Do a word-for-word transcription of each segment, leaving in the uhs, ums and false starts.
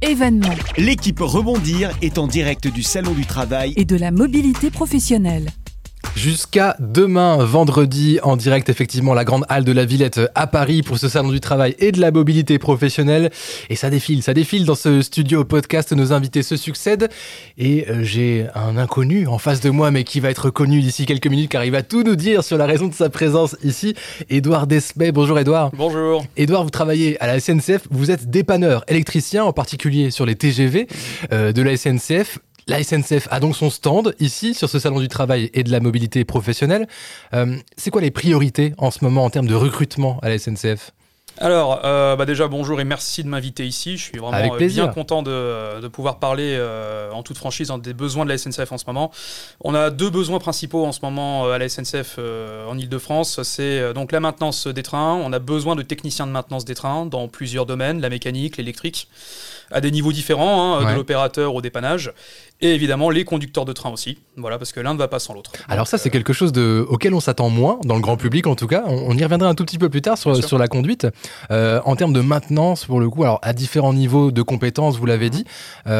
Événements. L'équipe Rebondir est en direct du Salon du Travail et de la mobilité professionnelle. Jusqu'à demain, vendredi, en direct, effectivement, la grande halle de la Villette à Paris pour ce salon du travail et de la mobilité professionnelle. Et ça défile, ça défile dans ce studio podcast. Nos invités se succèdent. Et euh, j'ai un inconnu en face de moi, mais qui va être connu d'ici quelques minutes, car il va tout nous dire sur la raison de sa présence ici. Édouard Desmet. Bonjour Édouard. Bonjour. Édouard, vous travaillez à la S N C F. Vous êtes dépanneur électricien, en particulier sur les T G V euh, de la S N C F. La S N C F a donc son stand ici sur ce salon du travail et de la mobilité professionnelle. Euh, c'est quoi les priorités en ce moment en termes de recrutement à la S N C F ? Alors, euh, bah déjà bonjour et merci de m'inviter ici. Je suis vraiment euh, bien content de, de pouvoir parler euh, en toute franchise hein, des besoins de la S N C F en ce moment. On a deux besoins principaux en ce moment euh, à la S N C F euh, en Ile-de-France. C'est euh, donc la maintenance des trains. On a besoin de techniciens de maintenance des trains dans plusieurs domaines, la mécanique, l'électrique, à des niveaux différents, hein, ouais. de l'opérateur au dépannage. Et évidemment, les conducteurs de train aussi, voilà, parce que l'un ne va pas sans l'autre. Alors donc, ça, c'est quelque chose de, auquel on s'attend moins, dans le grand public en tout cas. On, on y reviendra un tout petit peu plus tard sur, sur la conduite. Euh, en termes de maintenance, pour le coup, alors à différents niveaux de compétences, vous l'avez dit,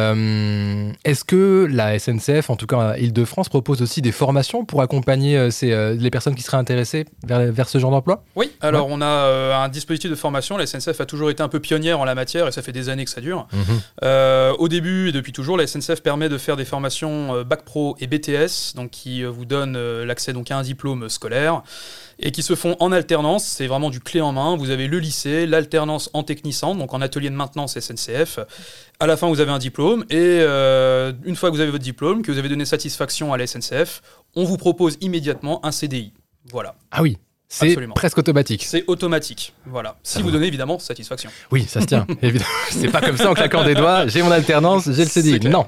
euh, est-ce que la S N C F, en tout cas Île-de-France, propose aussi des formations pour accompagner euh, ces, euh, les personnes qui seraient intéressées vers, vers ce genre d'emploi ? Oui, alors ouais. on a euh, un dispositif de formation. La S N C F a toujours été un peu pionnière en la matière et ça fait des années que ça dure. Mmh. Euh, au début et depuis toujours, la S N C F permet de faire des formations euh, Bac Pro et B T S, donc qui euh, vous donnent euh, l'accès donc, à un diplôme scolaire et qui se font en alternance. C'est vraiment du clé en main. Vous avez le lycée, l'alternance en technicien, donc en atelier de maintenance S N C F. À la fin, vous avez un diplôme et euh, une fois que vous avez votre diplôme, que vous avez donné satisfaction à la S N C F, on vous propose immédiatement un C D I. Voilà. Ah oui. C'est Absolument. Presque automatique. C'est automatique, voilà. Si ça vous va. Donnez évidemment satisfaction. Oui, ça se tient, évidemment. C'est pas comme ça en claquant des doigts, j'ai mon alternance, j'ai le C D I. Non,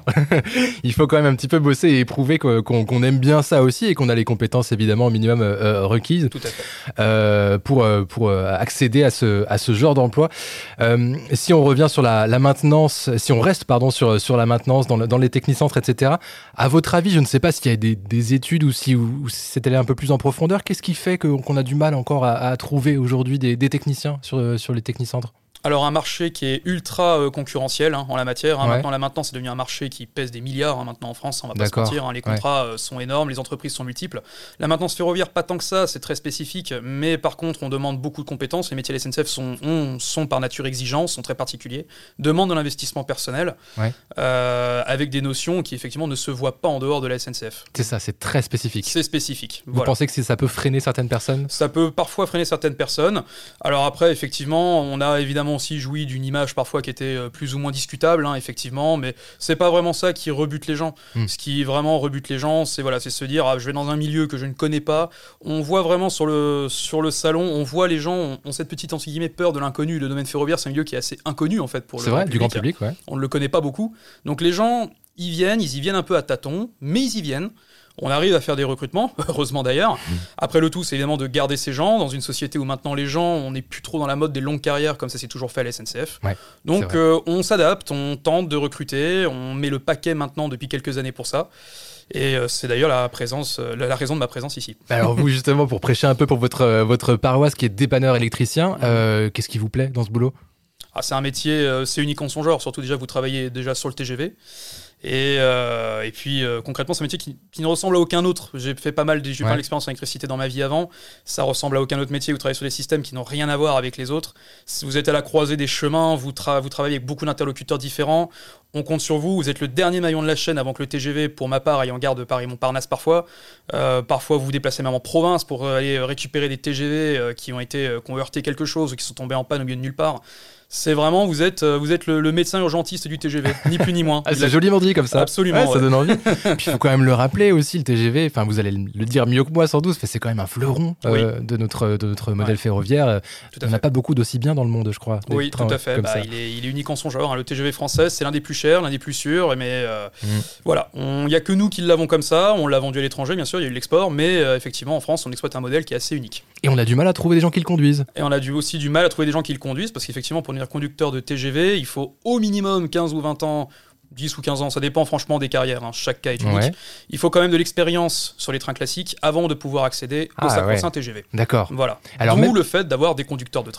il faut quand même un petit peu bosser et prouver qu'on, qu'on aime bien ça aussi et qu'on a les compétences évidemment au minimum euh, requises. Tout à fait. Euh, pour, pour accéder à ce, à ce genre d'emploi. Euh, si on revient sur la, la maintenance, si on reste pardon, sur, sur la maintenance dans, le, dans les technicentres, et cetera, à votre avis, je ne sais pas s'il y a des, des études ou si, ou si c'est allé un peu plus en profondeur, qu'est-ce qui fait que, qu'on a du mal encore à, à trouver aujourd'hui des, des techniciens sur, sur les technicentres ? Alors un marché qui est ultra euh, concurrentiel hein, en la matière. Hein. Ouais. Maintenant la maintenance c'est devenu un marché qui pèse des milliards hein, maintenant en France, on va pas D'accord. se mentir. Hein. Les contrats ouais. euh, sont énormes, les entreprises sont multiples. La maintenance ferroviaire pas tant que ça, c'est très spécifique, mais par contre on demande beaucoup de compétences. Les métiers de la S N C F sont, on, sont par nature exigeants, sont très particuliers, demandent de l'investissement personnel, ouais. euh, avec des notions qui effectivement ne se voient pas en dehors de la S N C F. C'est ça, c'est très spécifique. C'est spécifique. Vous voilà. pensez que ça peut freiner certaines personnes ? Ça peut parfois freiner certaines personnes. Alors après effectivement, on a évidemment aussi joui d'une image parfois qui était plus ou moins discutable, hein, effectivement, mais c'est pas vraiment ça qui rebute les gens. Mmh. Ce qui vraiment rebute les gens, c'est voilà, c'est se dire ah, je vais dans un milieu que je ne connais pas. On voit vraiment sur le sur le salon, on voit les gens ont, ont cette petite entre guillemets peur de l'inconnu. Le domaine ferroviaire, c'est un milieu qui est assez inconnu en fait pour c'est le vrai, grand du public. grand public, ouais. On ne le connaît pas beaucoup. Donc les gens y viennent, ils y viennent un peu à tâtons, mais ils y viennent. On arrive à faire des recrutements, heureusement d'ailleurs. Mmh. Après le tout, c'est évidemment de garder ces gens dans une société où maintenant les gens, on n'est plus trop dans la mode des longues carrières comme ça s'est toujours fait à la S N C F. Ouais, donc euh, on s'adapte, on tente de recruter, on met le paquet maintenant depuis quelques années pour ça. Et euh, c'est d'ailleurs la, présence, euh, la, la raison de ma présence ici. Alors vous justement, pour prêcher un peu pour votre, euh, votre paroisse qui est dépanneur électricien, euh, qu'est-ce qui vous plaît dans ce boulot ? ah, C'est un métier, euh, c'est unique en son genre, surtout déjà vous travaillez déjà sur le T G V. Et, euh, et puis euh, concrètement, c'est un métier qui, qui ne ressemble à aucun autre. J'ai fait pas mal, j'ai eu ouais. pas mal d'expérience en électricité dans ma vie avant. Ça ressemble à aucun autre métier. Vous travaillez sur des systèmes qui n'ont rien à voir avec les autres. Si vous êtes à la croisée des chemins, vous, tra- vous travaillez avec beaucoup d'interlocuteurs différents. On compte sur vous. Vous êtes le dernier maillon de la chaîne avant que le T G V, pour ma part, ayant garde Paris-Montparnasse parfois. Euh, parfois, vous vous déplacez même en province pour aller récupérer des T G V euh, qui ont été euh, qui ont heurté quelque chose ou qui sont tombés en panne au milieu de nulle part. C'est vraiment, vous êtes, vous êtes le, le médecin urgentiste du T G V, ni plus ni moins. Ah, c'est joliment dit comme ça. Absolument. Ouais, ouais. Ça donne envie. Puis il faut quand même le rappeler aussi, le T G V, enfin vous allez le dire mieux que moi sans doute, c'est quand même un fleuron euh, oui. de notre, de notre modèle ouais. ferroviaire. Il n'y en a pas beaucoup d'aussi bien dans le monde, je crois. Oui, tout à fait. Bah, il, est, il est unique en son genre. Hein. Le T G V français, c'est l'un des plus chers, l'un des plus sûrs. Mais euh, mm. voilà, il n'y a que nous qui l'avons comme ça. On l'a vendu à l'étranger, bien sûr, il y a eu l'export. Mais euh, effectivement, en France, on exploite un modèle qui est assez unique. Et on a du mal à trouver des gens qui le conduisent. Et on a du, aussi du mal à trouver des gens qui le conduisent, parce qu'effectivement, pour devenir conducteur de T G V, il faut au minimum quinze ou vingt ans, dix ou quinze ans, ça dépend franchement des carrières, hein. Chaque cas est unique. Ouais. Il faut quand même de l'expérience sur les trains classiques avant de pouvoir accéder ah, au sacro-saint ouais. T G V. D'accord. Voilà. Alors D'où même... le fait d'avoir des conducteurs de train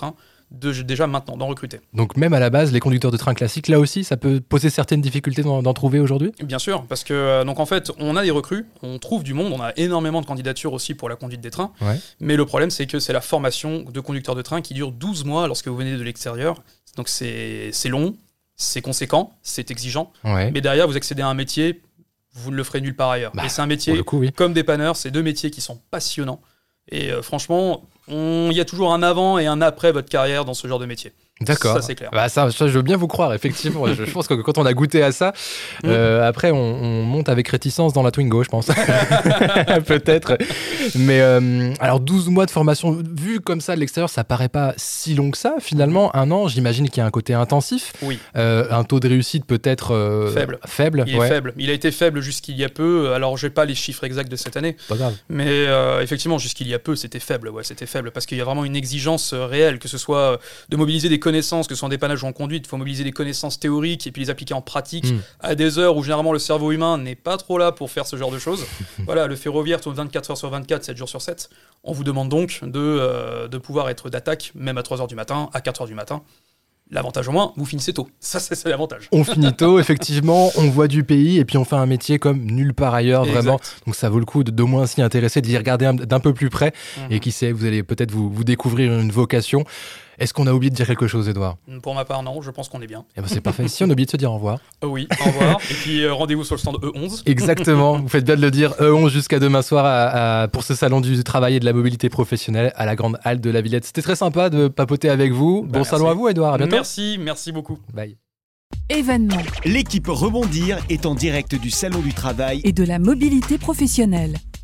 de, déjà maintenant, d'en recruter. Donc même à la base, les conducteurs de train classiques, là aussi, ça peut poser certaines difficultés d'en, d'en trouver aujourd'hui ? Bien sûr, parce que euh, donc en fait, on a des recrues, on trouve du monde, on a énormément de candidatures aussi pour la conduite des trains, ouais. mais le problème c'est que c'est la formation de conducteur de train qui dure douze mois lorsque vous venez de l'extérieur, donc c'est, c'est long, c'est conséquent, c'est exigeant, ouais. mais derrière vous accédez à un métier, vous ne le ferez nulle part ailleurs. Bah, et c'est un métier, coup, oui. comme dépanneur, c'est deux métiers qui sont passionnants, et euh, franchement, il y a toujours un avant et un après votre carrière dans ce genre de métier. D'accord. Ça, c'est clair. Bah, ça, ça, je veux bien vous croire, effectivement. je, je pense que quand on a goûté à ça, mmh. euh, après, on, on monte avec réticence dans la Twingo, je pense. Peut-être. Mais euh, alors, douze mois de formation, vu comme ça de l'extérieur, ça paraît pas si long que ça. Finalement, un an, j'imagine qu'il y a un côté intensif. Oui. Euh, un taux de réussite peut-être euh, faible. Faible. Il ouais. est faible. Il a été faible jusqu'il y a peu. Alors, j'ai pas les chiffres exacts de cette année. Pas grave. Mais euh, effectivement, jusqu'il y a peu, c'était faible. Ouais, c'était faible parce qu'il y a vraiment une exigence réelle, que ce soit de mobiliser des connaissances, que ce soit en dépannage ou en conduite. Il faut mobiliser des connaissances théoriques et puis les appliquer en pratique mmh. à des heures où généralement le cerveau humain n'est pas trop là pour faire ce genre de choses. Voilà, le ferroviaire tourne vingt-quatre heures sur vingt-quatre, sept jours sur sept. On vous demande donc de, euh, de pouvoir être d'attaque, même à trois heures du matin, à quatre heures du matin. L'avantage au moins, vous finissez tôt. Ça, c'est, c'est l'avantage. On finit tôt, effectivement, on voit du pays et puis on fait un métier comme nulle part ailleurs, exact. Vraiment. Donc ça vaut le coup de, d'au moins s'y intéresser, d'y regarder un, d'un peu plus près. Mmh. Et qui sait, vous allez peut-être vous, vous découvrir une vocation. Est-ce qu'on a oublié de dire quelque chose, Edouard ? Pour ma part, non, je pense qu'on est bien. Eh ben c'est parfait. Si on a oublié de se dire au revoir. Euh, oui, au revoir. Et puis euh, rendez-vous sur le stand E onze. Exactement, vous faites bien de le dire. E onze jusqu'à demain soir à, à, pour ce salon du travail et de la mobilité professionnelle à la Grande Halle de la Villette. C'était très sympa de papoter avec vous. Bah, bon merci. Salon à vous, Edouard. À bientôt. Merci, merci beaucoup. Bye. Événement. L'équipe Rebondir est en direct du Salon du Travail et de la mobilité professionnelle.